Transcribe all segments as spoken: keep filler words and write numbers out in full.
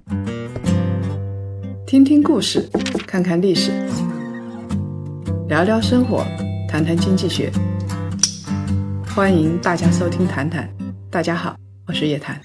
听听故事，看看历史，聊聊生活，谈谈经济学。欢迎大家收听谈谈。大家好，我是叶檀。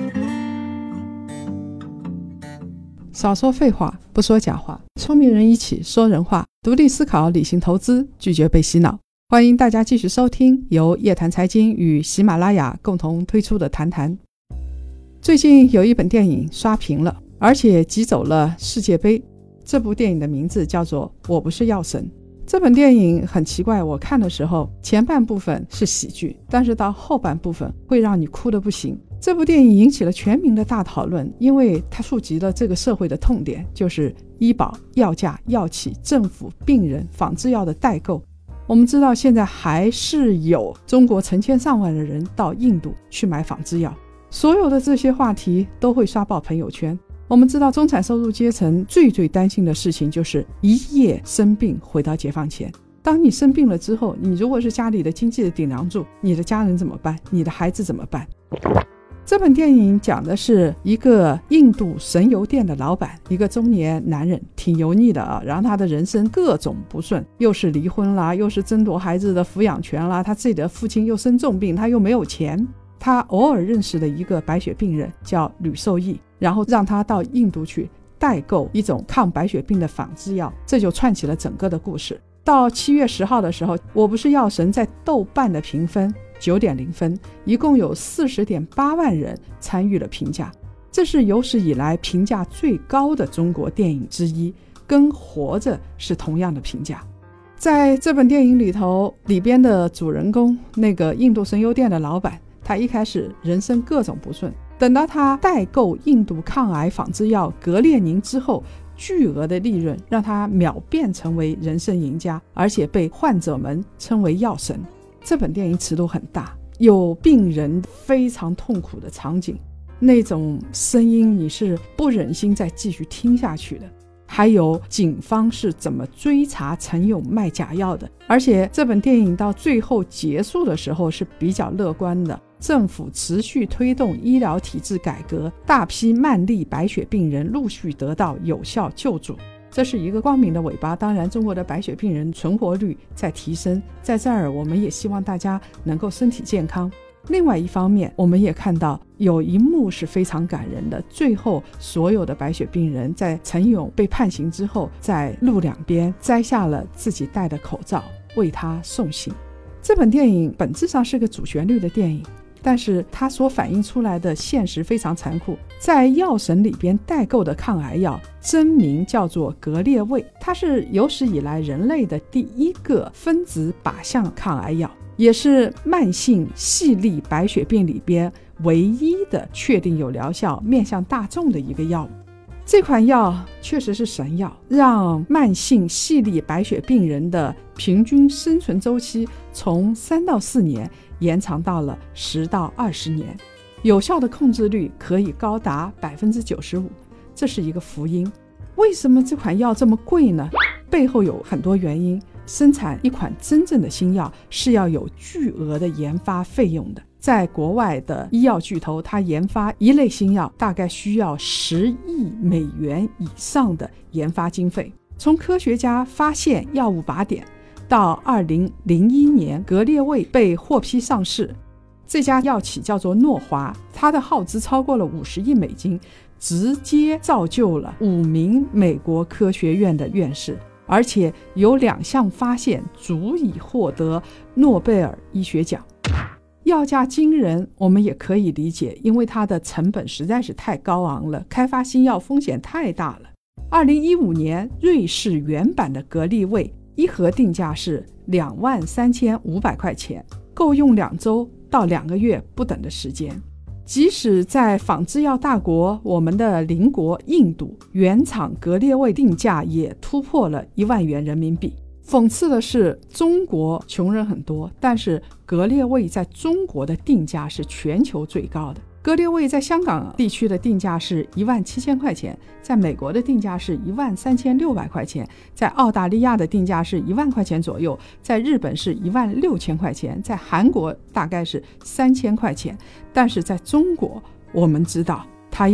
少说废话，不说假话，聪明人一起说人话，独立思考，理性投资，拒绝被洗脑。欢迎大家继续收听由叶檀财经与喜马拉雅共同推出的谈谈。最近有一本电影刷屏了，而且挤走了世界杯。这部电影的名字叫做《我不是药神》。这本电影很奇怪，我看的时候前半部分是喜剧，但是到后半部分会让你哭得不行。这部电影引起了全民的大讨论，因为它触及了这个社会的痛点，就是医保、药价、药企、政府、病人、仿制药的代购。我们知道现在还是有中国成千上万的人到印度去买仿制药，所有的这些话题都会刷爆朋友圈。我们知道中产收入阶层最最担心的事情就是一夜生病回到解放前。当你生病了之后，你如果是家里的经济的顶梁柱，你的家人怎么办？你的孩子怎么办？这本电影讲的是一个印度神油店的老板，一个中年男人，挺油腻的啊，然后他的人生各种不顺，又是离婚啦，又是争夺孩子的抚养权啦，他自己的父亲又生重病，他又没有钱。他偶尔认识了一个白血病人叫吕受益，然后让他到印度去代购一种抗白血病的仿制药，这就串起了整个的故事。到七月十号的时候，我不是药神在豆瓣的评分 九点零 分，一共有 四十点八万人参与了评价，这是有史以来评价最高的中国电影之一，跟活着是同样的评价。在这本电影里头，里边的主人公那个印度神油店的老板，他一开始人生各种不顺，等到他代购印度抗癌仿制药格列宁之后，巨额的利润让他秒变成为人生赢家，而且被患者们称为药神。这本电影尺度很大，有病人非常痛苦的场景，那种声音你是不忍心再继续听下去的。还有警方是怎么追查陈勇卖假药的，而且这本电影到最后结束的时候是比较乐观的，政府持续推动医疗体制改革，大批慢粒白血病人陆续得到有效救助，这是一个光明的尾巴。当然中国的白血病人存活率在提升，在这儿我们也希望大家能够身体健康。另外一方面，我们也看到有一幕是非常感人的，最后所有的白血病人在陈勇被判刑之后，在路两边摘下了自己戴的口罩为他送行。这本电影本质上是个主旋律的电影，但是它所反映出来的现实非常残酷。在药神里边代购的抗癌药真名叫做格列卫，它是有史以来人类的第一个分子靶向抗癌药，也是慢性细粒白血病里边唯一的确定有疗效面向大众的一个药物。这款药确实是神药，让慢性细粒白血病人的平均生存周期从三到四年延长到了十到二十年，有效的控制率可以高达 百分之九十五， 这是一个福音。为什么这款药这么贵呢？背后有很多原因。生产一款真正的新药是要有巨额的研发费用的，在国外的医药巨头，它研发一类新药大概需要十亿美元以上的研发经费。从科学家发现药物靶点到二零零一年格列卫被获批上市，这家药企叫做诺华，它的耗资超过了五十亿美金，直接造就了五名美国科学院的院士，而且有两项发现足以获得诺贝尔医学奖。药价惊人我们也可以理解，因为它的成本实在是太高昂了，开发新药风险太大了。二零一五年瑞士原版的格列卫一盒定价是两万三千五百块钱，够用两周到两个月不等的时间。即使在仿制药大国我们的邻国印度，原厂格列卫定价也突破了一万元人民币。讽刺的是，中国穷人很多，但是格列卫在中国的定价是全球最高的。格列卫在香港地区的定价是一万七千块钱，在美国的定价是一万三千六百块钱，在澳大利亚的定价是一万块钱左右，在日本是一万六千块钱，在韩国大概是三千块钱。但是在中国，我们知道它要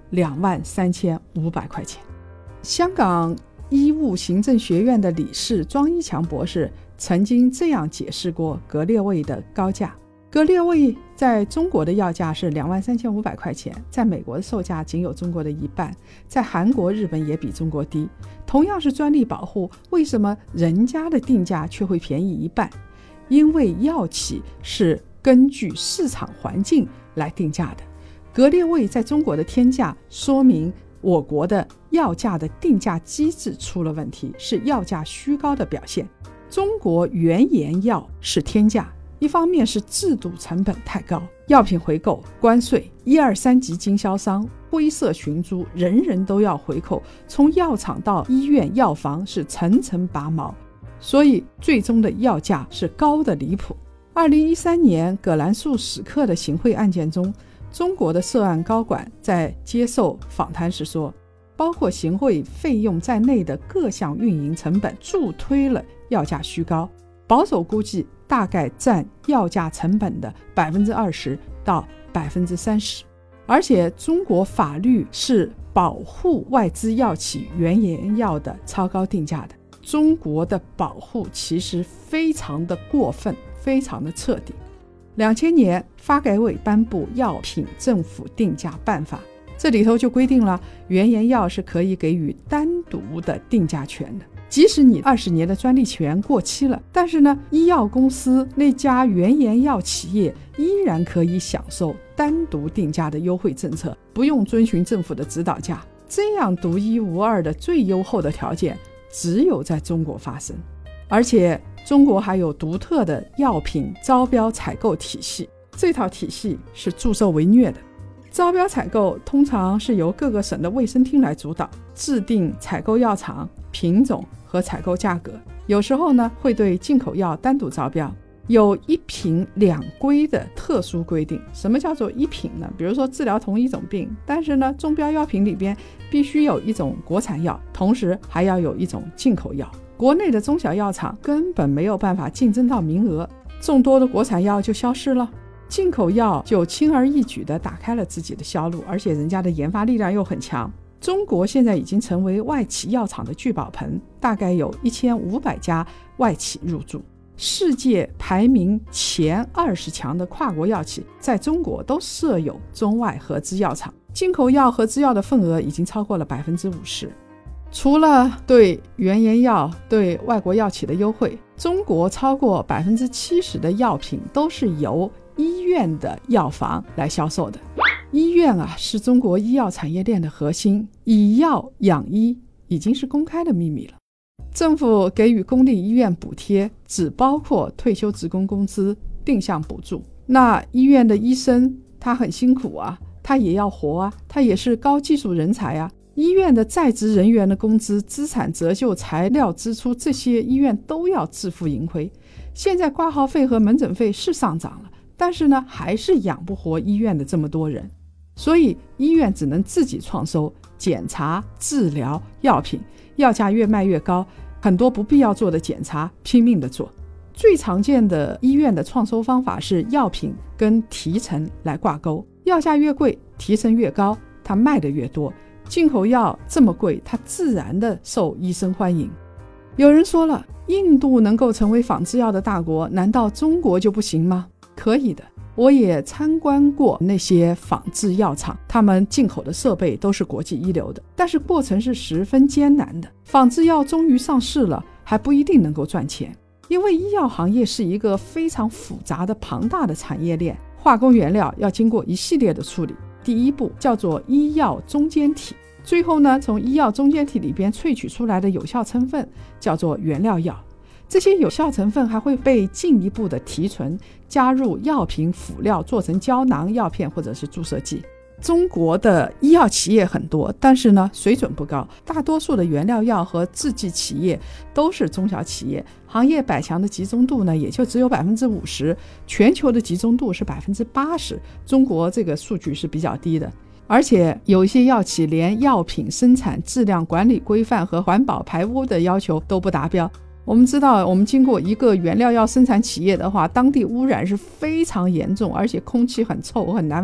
两万三千五百块钱。香港医务行政学院的理事庄一强博士曾经这样解释过格列卫的高价。格列卫在中国的药价是两万三千五百块钱，在美国的售价仅有中国的一半，在韩国、日本也比中国低。同样是专利保护，为什么人家的定价却会便宜一半？因为药企是根据市场环境来定价的。格列卫在中国的天价，说明我国的药价的定价机制出了问题，是药价虚高的表现。中国原研药是天价，一方面是制度成本太高，药品回购、关税、一二三级经销商、灰色寻租，人人都要回扣，从药厂到医院、药房是层层拔毛，所以最终的药价是高的离谱。二零一三年葛兰素史克的行贿案件中，中国的涉案高管在接受访谈时说，包括行贿费用在内的各项运营成本助推了药价虚高，保守估计大概占药价成本的 百分之二十 到 百分之三十。 而且中国法律是保护外资药企原研药的超高定价的，中国的保护其实非常的过分，非常的彻底。两千年发改委颁布药品政府定价办法，这里头就规定了原研药是可以给予单独的定价权的，即使你二十年的专利权过期了，但是呢，医药公司那家原研药企业依然可以享受单独定价的优惠政策，不用遵循政府的指导价。这样独一无二的最优厚的条件只有在中国发生。而且中国还有独特的药品招标采购体系，这套体系是助纣为虐的。招标采购通常是由各个省的卫生厅来主导，制定采购药厂、品种和采购价格。有时候呢，会对进口药单独招标，有一品两规的特殊规定。什么叫做一品呢？比如说治疗同一种病，但是呢，中标药品里边必须有一种国产药，同时还要有一种进口药。国内的中小药厂根本没有办法竞争到名额，众多的国产药就消失了，进口药就轻而易举地打开了自己的销路，而且人家的研发力量又很强。中国现在已经成为外企药厂的聚宝盆，大概有一千五百家外企入驻。世界排名前二十强的跨国药企在中国都设有中外合资药厂，进口药合资药的份额已经超过了 百分之五十。除了对原研药、对外国药企的优惠，中国超过 百分之七十 的药品都是由医院的药房来销售的。医院啊，是中国医药产业链的核心，以药养医已经是公开的秘密了。政府给予公立医院补贴只包括退休职工工资、定向补助，那医院的医生他很辛苦啊，他也要活啊，他也是高技术人才啊。医院的在职人员的工资、资产折旧、材料支出，这些医院都要自负盈亏。现在挂号费和门诊费是上涨了，但是呢，还是养不活医院的这么多人，所以医院只能自己创收，检查、治疗、药品，药价越卖越高，很多不必要做的检查拼命的做。最常见的医院的创收方法是药品跟提成来挂钩，药价越贵，提成越高，它卖的越多。进口药这么贵，它自然的受医生欢迎。有人说了，印度能够成为仿制药的大国，难道中国就不行吗？可以的，我也参观过那些仿制药厂，他们进口的设备都是国际一流的，但是过程是十分艰难的。仿制药终于上市了，还不一定能够赚钱，因为医药行业是一个非常复杂的庞大的产业链，化工原料要经过一系列的处理。第一步叫做医药中间体，最后呢，从医药中间体里边萃取出来的有效成分叫做原料药。这些有效成分还会被进一步的提纯，加入药品辅料，做成胶囊、药片或者是注射剂。中国的医药企业很多，但是呢，水准不高，大多数的原料药和制剂企业都是中小企业，行业百强的集中度呢，也就只有 百分之五十， 全球的集中度是 百分之八十， 中国这个数据是比较低的。而且有一些药企连药品生产质量管理规范和环保排污的要求都不达标。我们知道，我们经过一个原料药生产企业的话，当地污染是非常严重，而且空气很臭很难闻。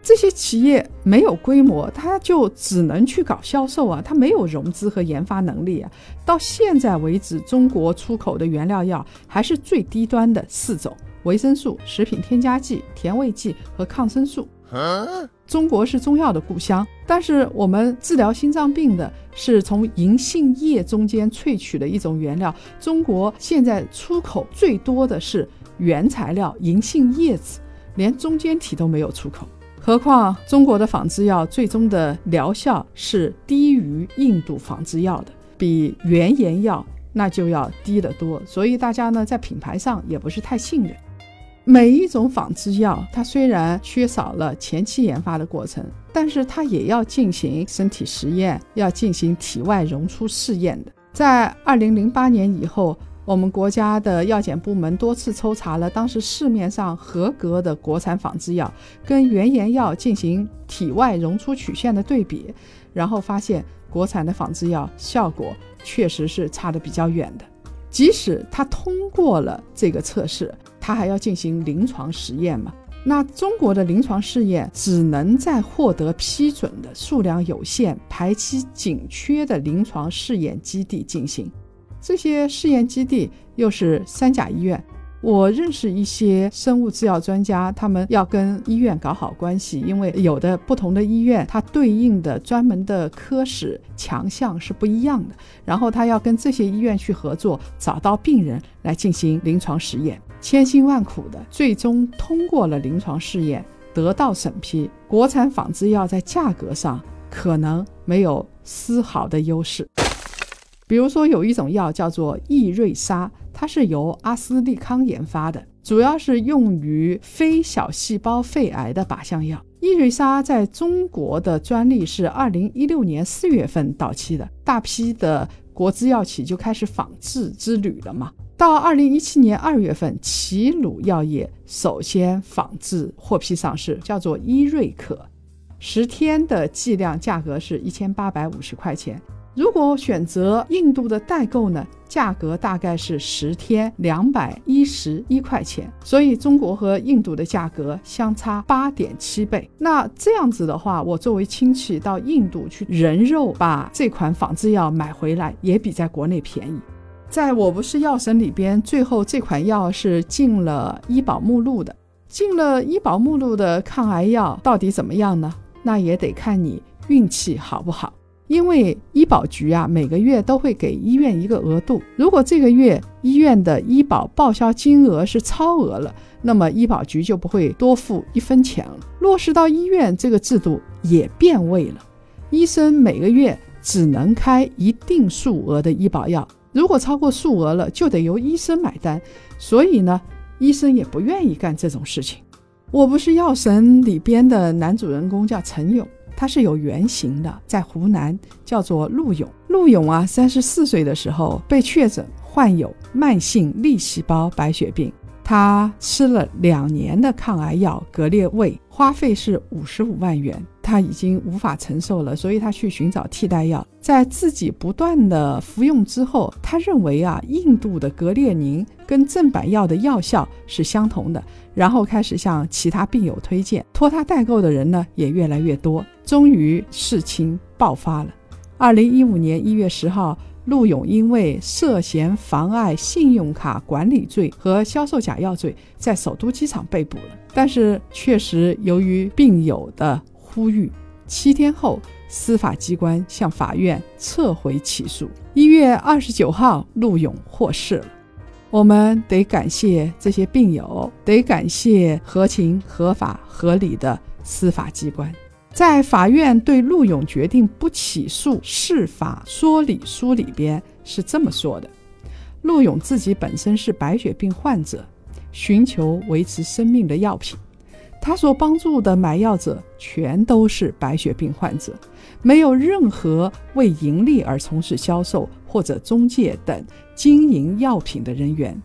这些企业没有规模，它就只能去搞销售啊，它没有融资和研发能力啊。到现在为止，中国出口的原料药还是最低端的四种：维生素、食品添加剂、甜味剂和抗生素。中国是中药的故乡，但是我们治疗心脏病的是从银杏叶中间萃取的一种原料。中国现在出口最多的是原材料银杏叶子，连中间体都没有出口。何况中国的仿制药最终的疗效是低于印度仿制药的，比原研药那就要低得多，所以大家呢在品牌上也不是太信任。每一种仿制药它虽然缺少了前期研发的过程，但是它也要进行身体实验，要进行体外溶出试验的。在二零零八年以后，我们国家的药检部门多次抽查了当时市面上合格的国产仿制药，跟原研药进行体外溶出曲线的对比，然后发现国产的仿制药效果确实是差得比较远的。即使它通过了这个测试，它还要进行临床实验嘛？那中国的临床试验只能在获得批准的数量有限、排期紧缺的临床试验基地进行。这些试验基地又是三甲医院。我认识一些生物制药专家，他们要跟医院搞好关系，因为有的不同的医院它对应的专门的科室强项是不一样的，然后他要跟这些医院去合作，找到病人来进行临床实验，千辛万苦的最终通过了临床试验，得到审批。国产仿制药在价格上可能没有丝毫的优势。比如说有一种药叫做益瑞沙，它是由阿斯利康研发的，主要是用于非小细胞肺癌的靶向药。益瑞沙在中国的专利是二零一六年四月份到期的，大批的国资药企就开始仿制之旅了嘛。到二零一七年二月份，齐鲁药业首先仿制获批上市，叫做依瑞可，十天的剂量价格是一千八百五十块钱。如果选择印度的代购呢，价格大概是十天两百一十一块钱，所以中国和印度的价格相差 八点七倍。那这样子的话，我作为亲戚到印度去人肉把这款仿制药买回来，也比在国内便宜。在我不是药神里边，最后这款药是进了医保目录的。进了医保目录的抗癌药到底怎么样呢？那也得看你运气好不好。因为医保局啊，每个月都会给医院一个额度，如果这个月医院的医保报销金额是超额了，那么医保局就不会多付一分钱了。落实到医院，这个制度也变味了，医生每个月只能开一定数额的医保药，如果超过数额了，就得由医生买单，所以呢，医生也不愿意干这种事情。我不是药神里边的男主人公叫陈勇，他是有原型的，在湖南叫做陆勇。陆勇啊，三十四岁的时候被确诊患有慢性粒细胞白血病，他吃了两年的抗癌药格列卫，花费是五十五万元，他已经无法承受了，所以他去寻找替代药。在自己不断的服用之后，他认为啊，印度的格列宁跟正版药的药效是相同的，然后开始向其他病友推荐，托他代购的人呢也越来越多，终于事情爆发了。二零一五年一月十号，陆勇因为涉嫌妨碍信用卡管理罪和销售假药罪，在首都机场被捕了。但是确实由于病友的呼吁，七天后司法机关向法院撤回起诉。一月二十九号，陆勇获释了。我们得感谢这些病友，得感谢合情合法合理的司法机关。在法院对陆勇决定不起诉释法说理书里边是这么说的：陆勇自己本身是白血病患者，寻求维持生命的药品，他所帮助的买药者全都是白血病患者，没有任何为盈利而从事销售或者中介等经营药品的人员。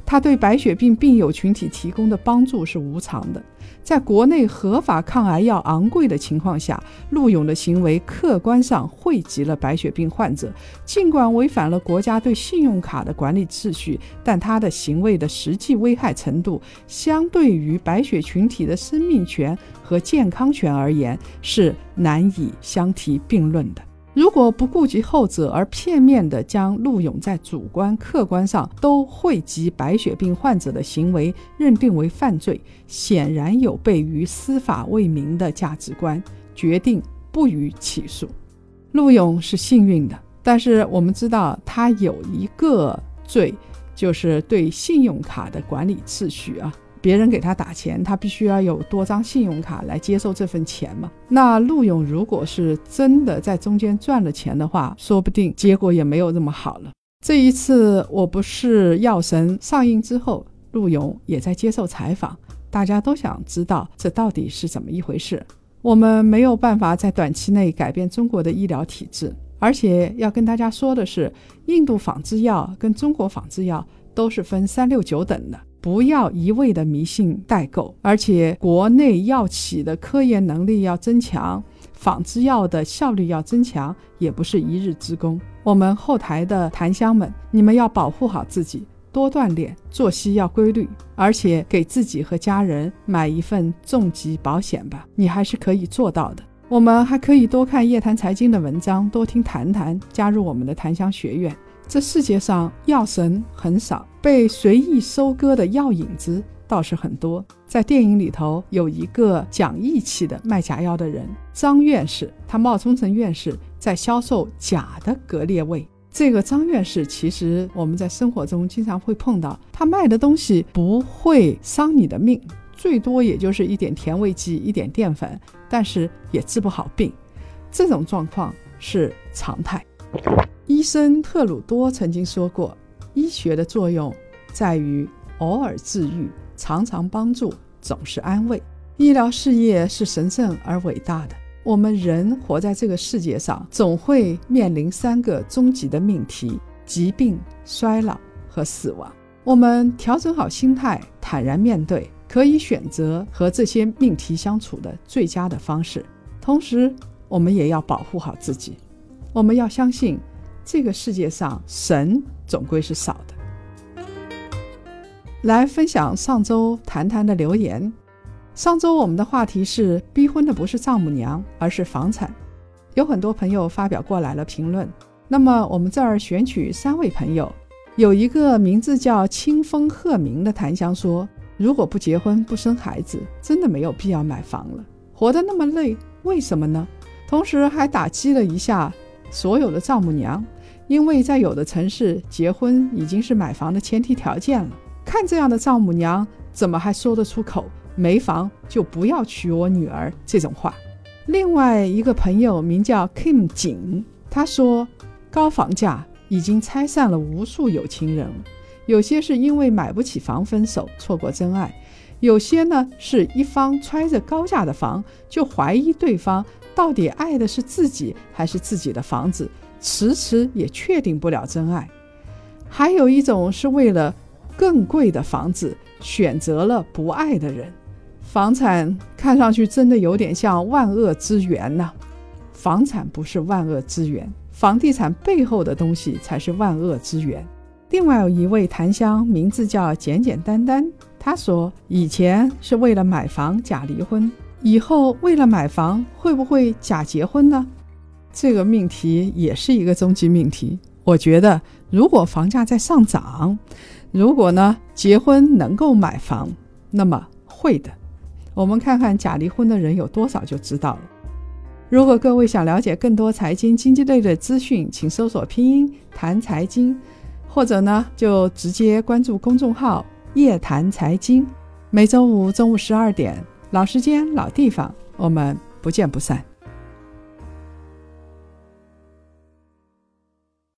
它对白血病病友群体提供的帮助是无偿的。在国内合法抗癌药昂贵的情况下，陆勇的行为客观上惠及了白血病患者，尽管违反了国家对信用卡的管理秩序，但他的行为的实际危害程度相对于白血群体的生命权和健康权而言是难以相提并论的。如果不顾及后者而片面地将陆勇在主观客观上都惠及白血病患者的行为认定为犯罪，显然有悖于司法为民的价值观，决定不予起诉。陆勇是幸运的，但是我们知道他有一个罪，就是对信用卡的管理秩序啊，别人给他打钱，他必须要有多张信用卡来接受这份钱嘛。那陆勇如果是真的在中间赚了钱的话，说不定结果也没有那么好了。这一次我不是药神上映之后，陆勇也在接受采访，大家都想知道这到底是怎么一回事。我们没有办法在短期内改变中国的医疗体制，而且要跟大家说的是，印度仿制药跟中国仿制药都是分三六九等的，不要一味的迷信代购，而且国内药企的科研能力要增强，仿制药的效率要增强，也不是一日之功。我们后台的檀香们，你们要保护好自己，多锻炼，作息要规律，而且给自己和家人买一份重疾保险吧，你还是可以做到的。我们还可以多看夜谈财经的文章，多听谈谈，加入我们的檀香学院。这世界上药神很少，被随意收割的药引子倒是很多。在电影里头有一个讲义气的卖假药的人，张院士，他冒充成院士，在销售假的格列卫。这个张院士其实我们在生活中经常会碰到，他卖的东西不会伤你的命，最多也就是一点甜味剂，一点淀粉，但是也治不好病。这种状况是常态。医生特鲁多曾经说过，医学的作用在于偶尔治愈，常常帮助，总是安慰。医疗事业是神圣而伟大的，我们人活在这个世界上，总会面临三个终极的命题：疾病、衰老和死亡。我们调整好心态，坦然面对，可以选择和这些命题相处的最佳的方式。同时我们也要保护好自己，我们要相信这个世界上神总归是少的。来分享上周谈谈的留言。上周我们的话题是逼婚的不是丈母娘，而是房产。有很多朋友发表过来了评论，那么我们这儿选取三位朋友。有一个名字叫清风鹤鸣的檀香说，如果不结婚不生孩子，真的没有必要买房了，活得那么累，为什么呢？同时还打击了一下所有的丈母娘，因为在有的城市结婚已经是买房的前提条件了。看这样的丈母娘怎么还说得出口没房就不要娶我女儿这种话。另外一个朋友名叫 Kim 景，他说高房价已经拆散了无数有情人了，有些是因为买不起房分手错过真爱，有些呢是一方揣着高价的房就怀疑对方到底爱的是自己还是自己的房子，迟迟也确定不了真爱。还有一种是为了更贵的房子选择了不爱的人。房产看上去真的有点像万恶之源呢、啊、房产不是万恶之源，房地产背后的东西才是万恶之源。另外有一位檀香名字叫简简单单，他说以前是为了买房假离婚，以后为了买房会不会假结婚呢？这个命题也是一个终极命题。我觉得如果房价在上涨，如果呢结婚能够买房，那么会的。我们看看假离婚的人有多少就知道了。如果各位想了解更多财经经济类的资讯，请搜索拼音谈财经，或者呢就直接关注公众号夜谈财经。每周五中午十二点，老时间老地方，我们不见不散。